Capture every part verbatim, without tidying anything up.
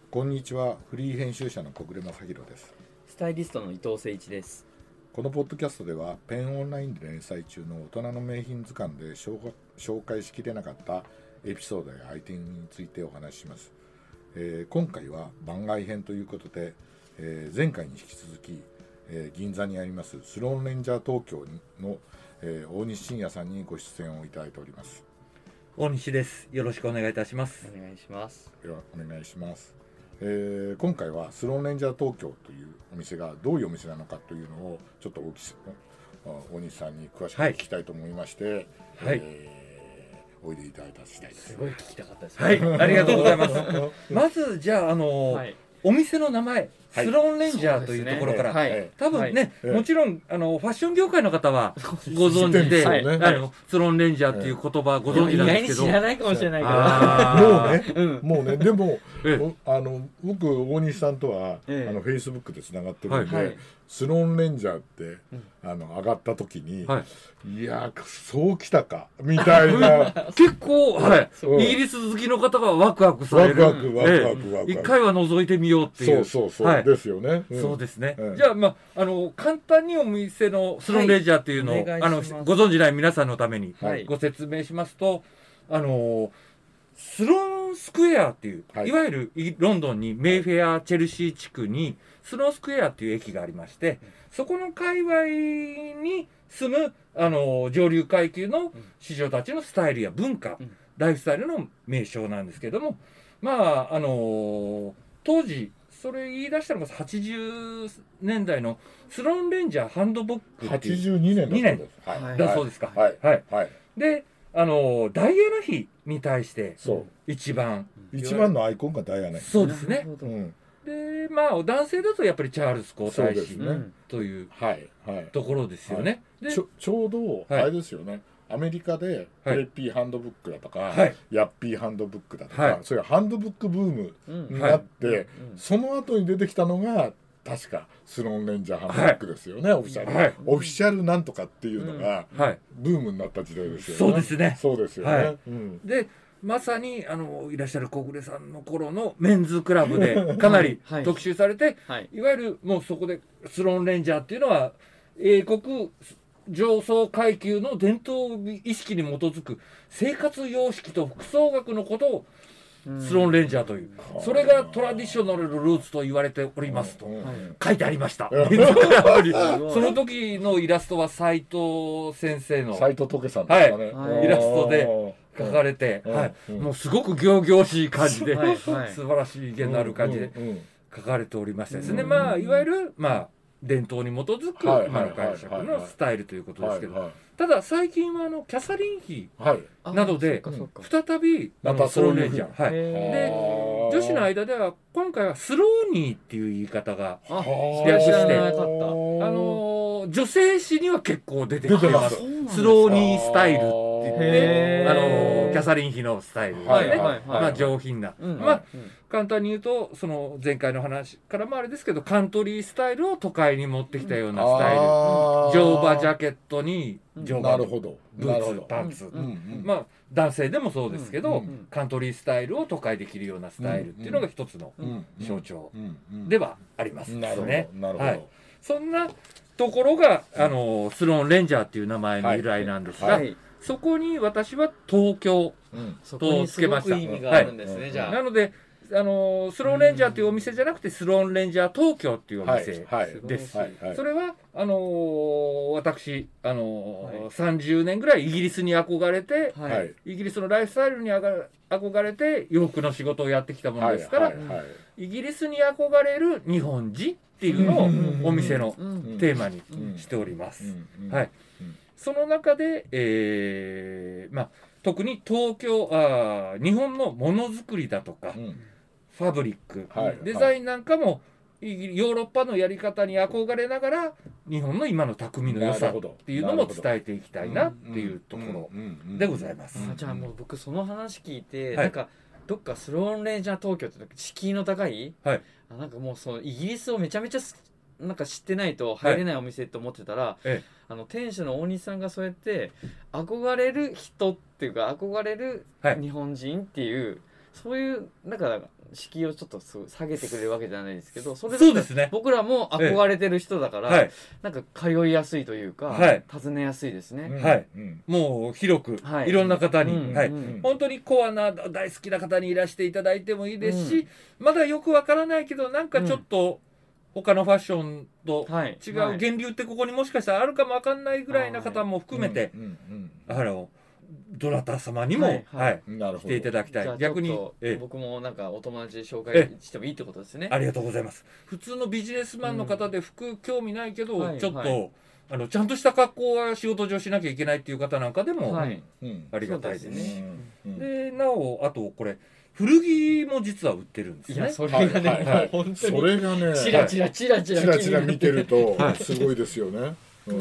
こんにちは。フリー編集者の小暮正弘です。 スタイリストの伊藤誠一です。 このポッドキャストではペンオンラインで連載中の大人の名品図鑑で紹介しきれなかったエピソードやアイテムについてお話しします。えー、今回は番外編ということで、えー、前回に引き続き、えー、銀座にありますスローンレンジャー東京の、えー、大西真也さんにご出演をいただいております。 大西です。よろしくお願いいたします。 お願いします。 ではお願いします。えー、今回はスローンレンジャー東京というお店がどういうお店なのかというのをちょっと大西さんに詳しく聞きたいと思いまして、はいえー、おいでいただいた次第です。 すごい聞きたかったです、 ね、はいありがとうございますまずじゃあ、あのーはい、お店の名前スローンレンジャーというところから、はいね、多分ね、はい、もちろんあのファッション業界の方はご存知で、はい、あのスローンレンジャーっていう言葉ご存知なんですけど、 意外に知らないかもしれないけどもうね、うん、もうねでもあの僕大西さんとは、ええ、あのフェイスブックでつながってるんで、はい、スローンレンジャーって、うん、あの上がった時に、はい、いやそうきたかみたいな結構、はい、うん、イギリス好きの方がワクワクされるワクワクワクワクワクワク一回は覗いてみようっていうそうそうそう、はいですよね、 うん、そうですね、うん、じゃあ、まあ、あの簡単にお店のスローンレンジャーっていうのを、はい、あのご存じない皆さんのためにご説明しますと、はい、あのスローンスクエアっていう、はい、いわゆるロンドンにメイフェアチェルシー地区にスローンスクエアっていう駅がありまして、そこの界隈に住むあの上流階級の市場たちのスタイルや文化、うん、ライフスタイルの名称なんですけども、まああの当時それ言い出したのがはちじゅうねんだいのスローンレンジャーハンドブックはちじゅうにねんだそうです。 はい、だそうですか。 はいはいはい、 であのダイアナ妃に対して一番一番のアイコンがダイアナ妃。 そうですね。うん、でまあ男性だとやっぱりチャールズ皇太子、ね、というところですよね。 はいはい、で ち, ょちょうどあれですよね。はい、アメリカでフレッピーハンドブックだとか、はい、ヤッピーハンドブックだとか、はい、そういうハンドブックブームになって、うんはい、その後に出てきたのが確かスローンレンジャーハンドブックですよね、はい、オフィシャル、はい、オフィシャルなんとかっていうのが、うんはい、ブームになった時代ですよね。 そうですね。 そうですよね。はいうん、でまさにあのいらっしゃる小暮さんの頃のメンズクラブでかなり特集されて、はいはい、いわゆるもうそこでスローンレンジャーっていうのは英国上層階級の伝統意識に基づく生活様式と服装学のことをスローンレンジャーという、それがトラディショナルのルーツと言われておりますと書いてありました。その時のイラストは斉藤先生の斉藤時さんですかね、 はい、イラストで描かれて、はい、もうすごく仰々しい感じで、はい、素晴らしい意見のある感じで描かれておりましてですね、まあいわゆるまあ伝統に基づく今の解釈のスタイルということですけど、ただ最近はあのキャサリン妃などで再びあのスローンレンジャー、はい、で女子の間では今回はスローニーっていう言い方が略してあの女性誌には結構出てきています。スローニースタイルって言ってあのキャサリン妃のスタイルですね、はいはいはい、まあ上品な、うんまあうん、簡単に言うとその前回の話からもあれですけどカントリースタイルを都会に持ってきたようなスタイル、乗馬ジャケットに乗馬ブーツパンツ、うんうん、まあ男性でもそうですけど、うんうん、カントリースタイルを都会できるようなスタイルっていうのが一つの象徴ではありますね。はい、そんなところがあのスローンレンジャーっていう名前の由来なんですが、はいはい、そこに私は東京とつけました。 意味があるんですね、はい、じゃあ。 なのであのスローンレンジャーというお店じゃなくてスローンレンジャー東京っていうお店です。それはあのー、私、あのーはい、さんじゅうねんぐらいイギリスに憧れて、はい、イギリスのライフスタイルに憧れて洋服の仕事をやってきたものですから、はいはいはい、イギリスに憧れる日本人っていうのをお店のテーマにしております。はい、その中で、えーまあ、特に東京あ日本のものづくりだとか、うんファブリック、はい、デザインなんかもヨーロッパのやり方に憧れながら日本の今の匠の良さっていうのも伝えていきたいなっていうところでございます。 じゃあもう僕その話聞いて、はい、なんかどっかスローンレンジャー東京って敷居の高い、はい、なんかもうそのイギリスをめちゃめちゃなんか知ってないと入れないお店と思ってたら、はい、あの店主の大西さんがそうやって憧れる人っていうか憧れる日本人っていう、はいそういうなんか敷居をちょっと下げてくれるわけじゃないですけど、それそうですね、 僕らも憧れてる人だから、ええ、なんか通いやすいというか、はい、訪ねやすいですね、 はい、うん、もう広く、はい、いろんな方に、うん、はい、うん、本当にコアな大好きな方にいらしていただいてもいいですし、うん、まだよくわからないけどなんかちょっと、うん、他のファッションと違う源流ってここにもしかしたらあるかもわかんないぐらいな方も含めて、あのどなた様にも、はいはい、来ていただきたい。 逆に僕もなんかお友達紹介してもいいってことですね。 ありがとうございます。普通のビジネスマンの方で服興味ないけど、うん、ちょっと、はい、あのちゃんとした格好は仕事上しなきゃいけないっていう方なんかでも、はい、ありがたいですね。で、なおあとこれ古着も実は売ってるんですね。いやそれがね、はいはい、本当にそれがね、 チラチラチラチラチラチラ見てるとすごいですよね。 うん、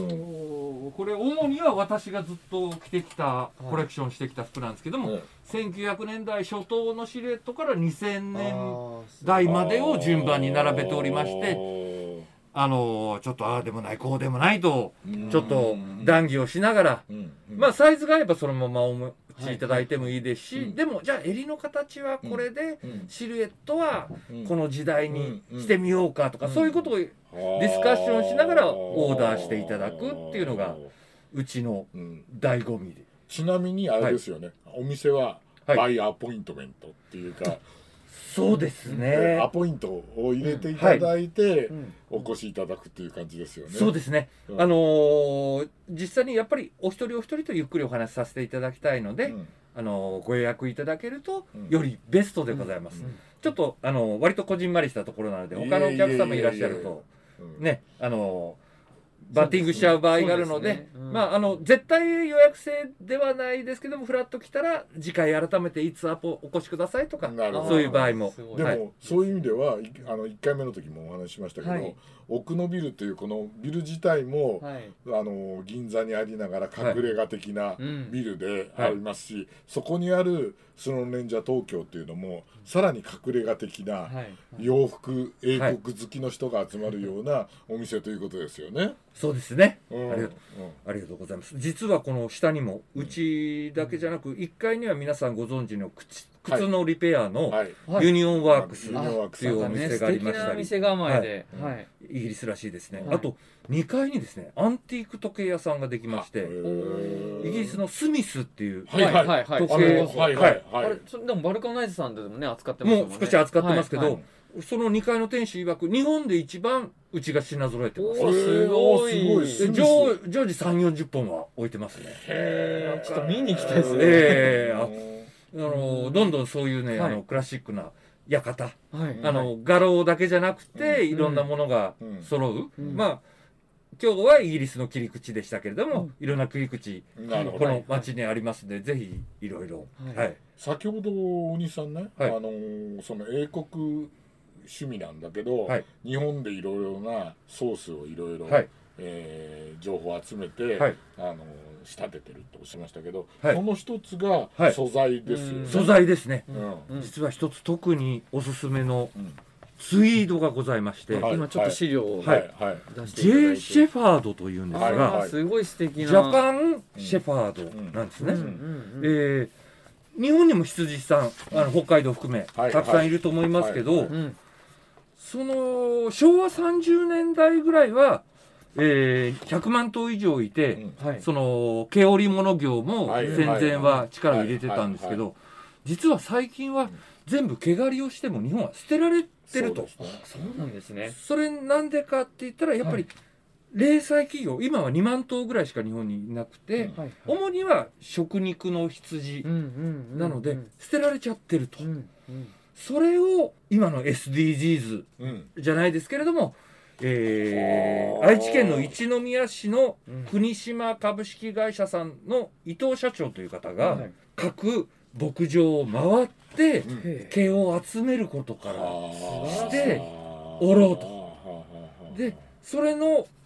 これ主には私がずっと着てきたコレクションしてきた服なんですけども、はい、せんきゅうひゃくねんだい初頭のシルエットからにせんねんだいまでを順番に並べておりまして、あのちょっとああでもないこうでもないとちょっと談義をしながら、まあサイズが合えばそのままお持ちいただいてもいいですし、はいはい、でもじゃあ襟の形はこれで、シルエットはこの時代にしてみようかとか、そういうことをディスカッションしながらオーダーしていただくっていうのがうちの醍醐味で、 ちなみにあれですよね、はい、お店はバイアポイントメントっていうか、はい、 そうですね、 アポイントを入れていただいて、うんはい、お越しいただくっていう感じですよね。 そうですね、うん、あのー、実際にやっぱりお一人お一人とゆっくりお話しさせていただきたいので、うん、あのー、ご予約いただけるとよりベストでございます、うんうん、ちょっとあのー、割とこじんまりしたところなので他のお客様いらっしゃるとね、あのバッティングしちゃう場合があるので、ね、うん、まああの絶対予約制ではないですけども、フラッと来たら次回改めていつアポお越しくださいとか、そういう場合も。 でも、はい、そういう意味ではあのいっかいめの時もお話ししましたけど、はい、奥のビルというこのビル自体も、はい、あの銀座にありながら隠れ家的なビルでありますし、はいうん、そこにあるスローンレンジャー東京っていうのもさらに隠れ家的な洋服、英国好きの人が集まるようなお店ということですよね。 そうですね、うん、ありがとう、うん、ありがとうございます。実はこの下にもうちだけじゃなくいっかいには皆さんご存知の靴、靴のリペアのユニオンワークスというお店がありましたり、 店構えで、 はいはい、イギリスらしいですね、はい、あとにかいにですねアンティーク時計屋さんができまして、イギリスのスミスっていう時計、はいはいはい、 あれでもバルカナイズさんでもね扱ってますもんね。 もう少し扱ってますけど、はいはい、そのにかいの店主曰く日本で一番うちが品揃えてます。 すごい。 常常時さんじゅうよんじゅっぽんは置いてますね。 へえ、ちょっと見に行きたいですね。 えーあのどんどんそういうね、はい、あのクラシックな館、はい、あの画廊だけじゃなくて、うん、いろんなものが揃う、うん、まあ今日はイギリスの切り口でしたけれども、うん、いろんな切り口、うん、この街にありますので、はい、ぜひいろいろ、はい、 先ほど大西さんね、はい、あのその英国趣味なんだけど、はい、日本でいろいろなソースをいろいろえー、情報を集めて、はい、あの仕立ててるとおっしゃいましたけど、はい、その一つが素材ですよね、 はい、素材ですね、うん、実は一つ特におすすめのツイードがございまして、 はい、今ちょっと資料を、 はい、出していただいて、 J シェファードというんですが、はい、 すごい素敵なジャパンシェファードなんですね。えー、日本にも羊さんあの北海道含め、はい、たくさんいると思いますけど、はいはいはい、そのしょうわさんじゅうねんだいぐらいはえー、ひゃくまんとう以上いて、うんはい、その毛織物業も戦前は力を入れてたんですけど、実は最近は全部毛刈りをしても日本は捨てられてると。 そうなんですね。 それなんでかって言ったらやっぱり零細企業、今はにまんとうぐらいしか日本にいなくて、うん、主には食肉の羊なので捨てられちゃってると、うんうん、それを今の エスディージーズ じゃないですけれども、えー、愛知県の一宮市の国島株式会社さんの伊藤社長という方が各牧場を回って毛を集めることからしておろうと。でそれの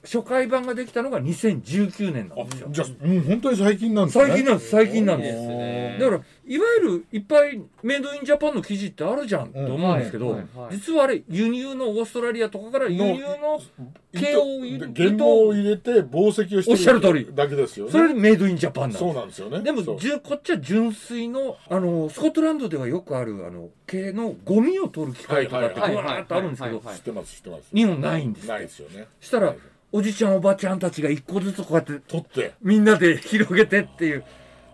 初回版ができたのがにせんじゅうきゅうねんなんですよ。 じゃあもう本当に最近なんですね。 最近なんです最近なんです。 いいですね。 だからいわゆるいっぱいメイドインジャパンの生地ってあるじゃんと思うんですけど、実はあれ輸入のオーストラリアとかから輸入の毛を入れて原毛を入れて紡績をしてるおっしゃる通りだけですよね。 それでメイドインジャパンなんです。 そうなんですよね。 でもじゅこっちは純粋のあのスコットランドではよくあるあの毛のゴミを取る機械とかってブワーッとあるんですけど、 知ってます知ってます。 日本ないんです。 ないですよね。 したらおじちゃんおばちゃんたちが一個ずつこうやって取ってみんなで広げてっていう、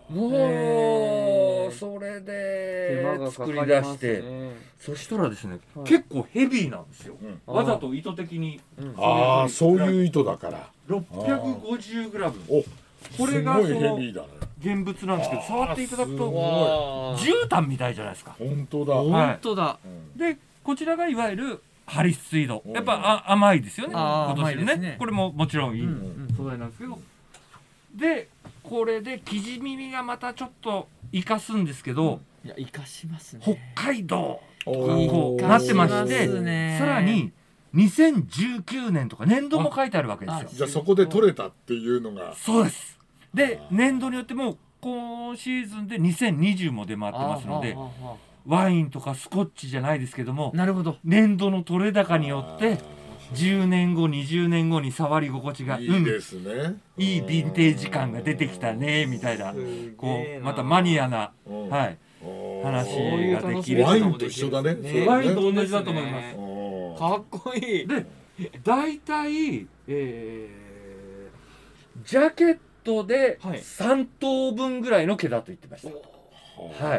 もうそれで作り出して、そしたらですね、結構ヘビーなんですよ。わざと意図的に。 ああ、そういう意図だから。 ろっぴゃくごじゅうグラム。これがその現物なんですけど、触っていただくと絨毯みたいじゃないですか。 本当だ。 本当だ。 でこちらがいわゆるハリスツイード、やっぱあ甘いですよね。今年のね、これももちろんいい素材なんですけど、でこれで生地耳がまたちょっと生かすんですけど、 いや生かしますね。 北海道こうなってまして、さらににせんじゅうきゅうねんとか年度も書いてあるわけですよ。 じゃあそこで取れたっていうのが。 そうです。で年度によっても今シーズンでにせんにじゅうも出回ってますので、ワインとかスコッチじゃないですけども、 なるほど、 年度の取れ高によってじゅうねんごにじゅうねんごに触り心地がいいですね、 うん、いいヴィンテージ感が出てきたねみたいな、こうまたマニアな、はい、話ができる。 ワインと一緒だね。 ワインと同じだと思います。 かっこいい。 で大体、えー、ジャケットでさんとうぶんぐらいの毛だと言ってました。はい、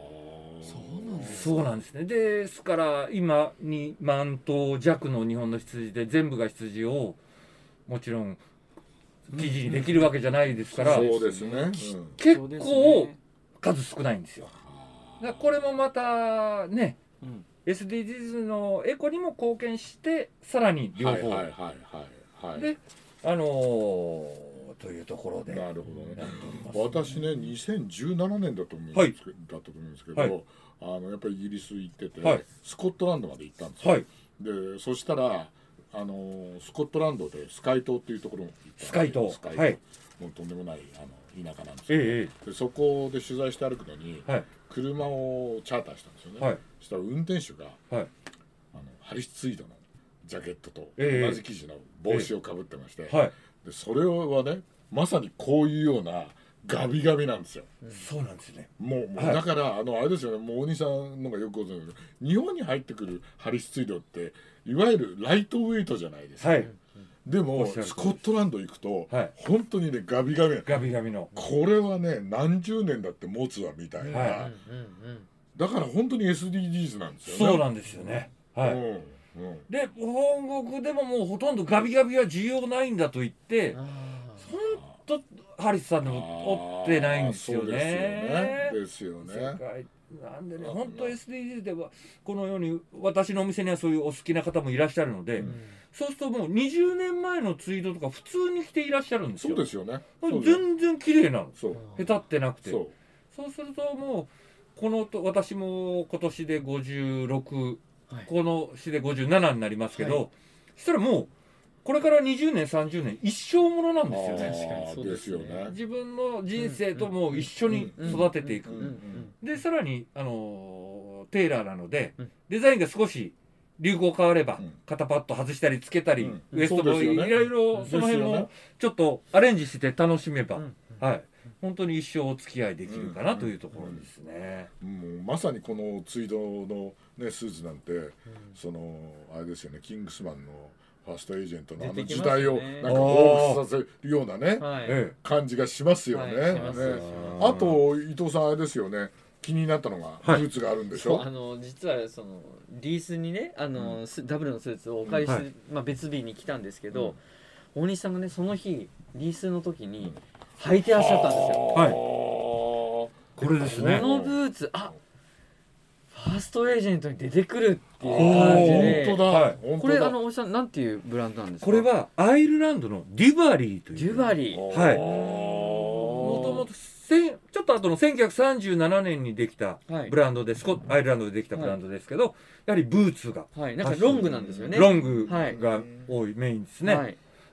そうなんですね。ですから今にまんとう弱の日本の羊で全部が羊をもちろん生地にできるわけじゃないですから、 そうですね、 結構数少ないんですよ。だこれもまたね、うん、エスディージーズ のエコにも貢献してさらに両方であのーというところで。 なるほどね。私ねにせんじゅうななねんだと思うんですけど、だったと思うんですけど、はい、あのやっぱりイギリス行ってて、はい、スコットランドまで行ったんですよ。はい、でそしたらあのスコットランドでスカイ島っていうところに行ったんです。 スカイ島。 スカイ島、はい、もうとんでもないあの田舎なんですけど、ええ、でそこで取材して歩くのに、はい、車をチャーターしたんですよね。はい、そしたら運転手が、はい、あのハリスツイードのジャケットと同じ生地の帽子をかぶってまして、ええはい、でそれはねまさにこういうようなガビガビなんですよ。 そうなんですね。 もう、もうだから、はい、あのあれですよね。もう大西さんのがよくご存知ですけど、日本に入ってくるハリスツイードっていわゆるライトウェイトじゃないですか。はい、でもスコットランド行くと、はい、本当にねガビガビガビガビのこれはね何十年だって持つわみたいな、はい、だから本当に エスディージーズ なんですよね。 そうなんですよね。はい。うんうん、で本国でももうほとんどガビガビは需要ないんだと言って、本当ハリスさんでも追ってないんですよね。 ですよね。ですよね。 世界なんでね、本当 エスディージーズ ではこのように私のお店にはそういうお好きな方もいらっしゃるので、うん、そうするともうにじゅうねんまえのツイードとか普通に着ていらっしゃるんですよ。 そうですよね。 全然綺麗なの。へたってなくて。そう。そうするともうこのと私も今年でごじゅうろく、はい、この年でごじゅうななになりますけど、はい、そしたらもうこれからにじゅうねんさんじゅうねん一生ものなんですよね。 確かにそうですよね。 自分の人生とも一緒に育てていく。でさらにあのテーラーなので、デザインが少し流行変われば、肩パッド外したりつけたり、うん、ウエストもいろいろその辺もちょっとアレンジして楽しめば、うん、はい本当に一生お付き合いできるかなというところですね。 うんうんうん、もうまさにこのツイードの、ね、スーツなんて、うん、そのあれですよね、キングスマンのファーストエージェントのあの時代をなんか彷彿させるようなね、はい、感じがしますよね。はい、ねあと伊藤さんあれですよね、気になったのがブーツがあるんでしょ。 はい、あの実はそのリースにねあの、うん、ダブルのスーツをお借りして、はいまあ、別日に来たんですけど、うん、大西さんがねその日リースの時に履いてらっしゃったんですよ。 はい、これですね。 このブーツあファーストエージェントに出てくるっていう感じで、 本当だ、はい、 これあの大西さんなんていうブランドなんですか。 これはアイルランドのデュバリーというデュバリー、 はい、もともとちょっと後のせんきゅうひゃくさんじゅうななねんにできたブランドで、はい、スコアイルランドでできたブランドですけど、はい、やはりブーツが、 はい、なんかロングなんですよね。 ロングが多いメインですね。はい、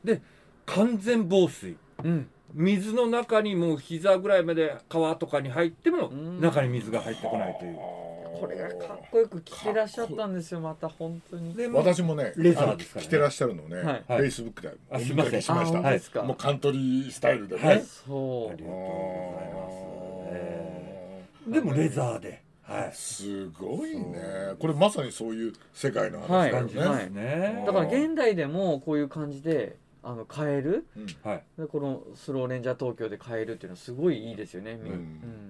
で完全防水、うん、水の中にもう膝ぐらいまで川とかに入っても中に水が入ってこないという、 これがかっこよく着てらっしゃったんですよ。また本当にで私もねレザーですからね着てらっしゃるのね、はい、フェイスブックでお見かけしました。 はい、 もうカントリースタイルでね、 はい、 そうありがとうございます、えー、でもレザーで、はい、 すごいね。これまさにそういう世界の話だよね、 はいね。だから現代でもこういう感じであの買える、うんはい、でこのスローレンジャー東京で買えるっていうのはすごいいいですよね、うんうん、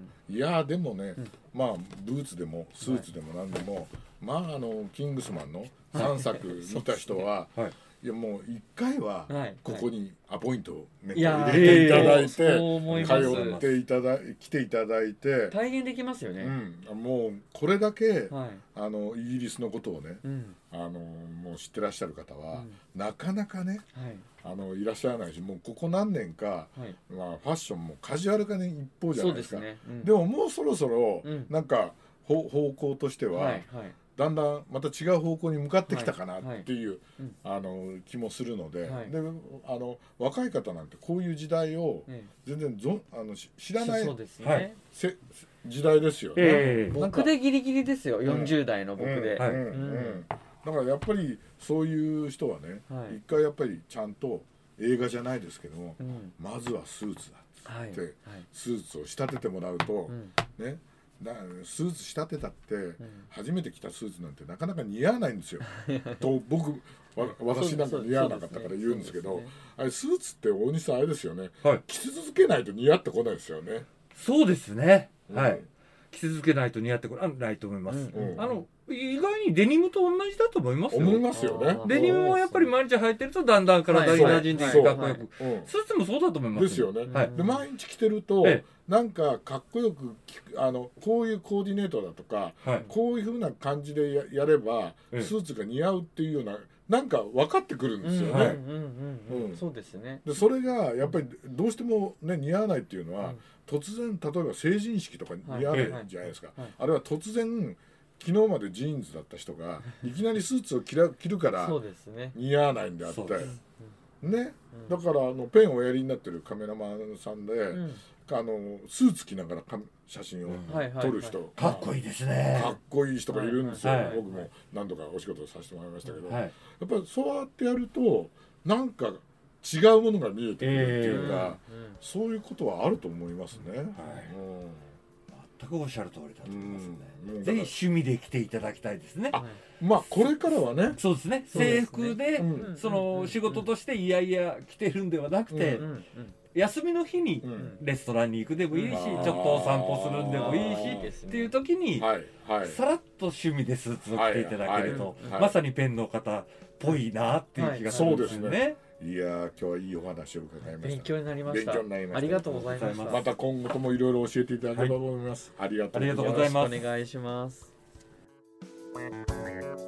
いやでもね、うん、まあブーツでもスーツでも何でも、はい、まああのキングスマンのさんさく見た人は、はいいやもういっかいはここにアポイントを入れていただいて、通っていただ来ていただいて体現できますよね、 うん、もうこれだけ、はい、あのイギリスのことをね、うん、あのもう知ってらっしゃる方は、うん、なかなかね、はい、あのいらっしゃらないし、もうここ何年か、はいまあ、ファッションもカジュアル化の一方じゃないですか。そうですね、うん、でももうそろそろ、うん、なんか方向としては、はいはいだんだんまた違う方向に向かってきたかなっていう、はいはい、あの気もするので、はい、であの若い方なんてこういう時代を全然ぞあの知らない、そうですね、はい、せ時代ですよね、 えー、僕でギリギリですよ、うん、よんじゅう代の僕で、うんうんうん、 だからやっぱりそういう人はね、はい、一回やっぱりちゃんと映画じゃないですけども、うん、まずはスーツだって、はいはい、スーツを仕立ててもらうと、うん、ねだスーツ仕立てたって、うん、初めて着たスーツなんてなかなか似合わないんですよと僕わ私なんか似合わなかったから言うんですけど、ねね、あれスーツって大西さんあれですよね、はい、着続けないと似合ってこないですよね。 そうですね、うん、はい着続けないと似合ってこないと思います、うんうん、あの意外にデニムと同じだと思いますよ。 思いますよね。 デニムもやっぱり毎日履いてるとだんだん体に馴染んでいくかっこよく、スーツもそうだと思いますですよね、はい、で毎日着てると、ええなんかかっこよくあのこういうコーディネートだとか、はい、こういう風な感じで や, やれば、うん、スーツが似合うっていうようななんか分かってくるんですよね。 そうですね。 でそれがやっぱりどうしてもね似合わないっていうのは、うん、突然例えば成人式とか似合わないじゃないですか、はいはいはい、あれは突然昨日までジーンズだった人がいきなりスーツを着ら着るから似合わないんであって、ね、だからあのペンをおやりになってるカメラマンさんで、うんあのスーツ着ながら写真を撮る人、うん、 かっこいいですね。 かっこいい人がいるんですよ、はいはい、僕も何度かお仕事させてもらいましたけど、はい、やっぱりそうやってやるとなんか違うものが見えてくるっていうか、えーうん、そういうことはあると思いますね、はいうん、 全くおっしゃる通りだと思いますね、うん、ぜひ趣味で着ていただきたいですね。あまあこれからはねそうですね制服で、うん、その仕事としていやいや着てるんではなくて、うんうんうん休みの日にレストランに行くでもいいし、うん、ちょっとお散歩するんでもいいしっていう時に、はいはい、さらっと趣味でスーツを着ていただけると、はいはい、まさにペンの方っぽいなっていう気がするんですよね。はいはい、そうですね。いや今日はいいお話を伺いました。 勉強になりました。 勉強になりました。 ありがとうございました。 また今後ともいろいろ教えていただければと思います。はい、ありがとうございます。 よろしくお願いします。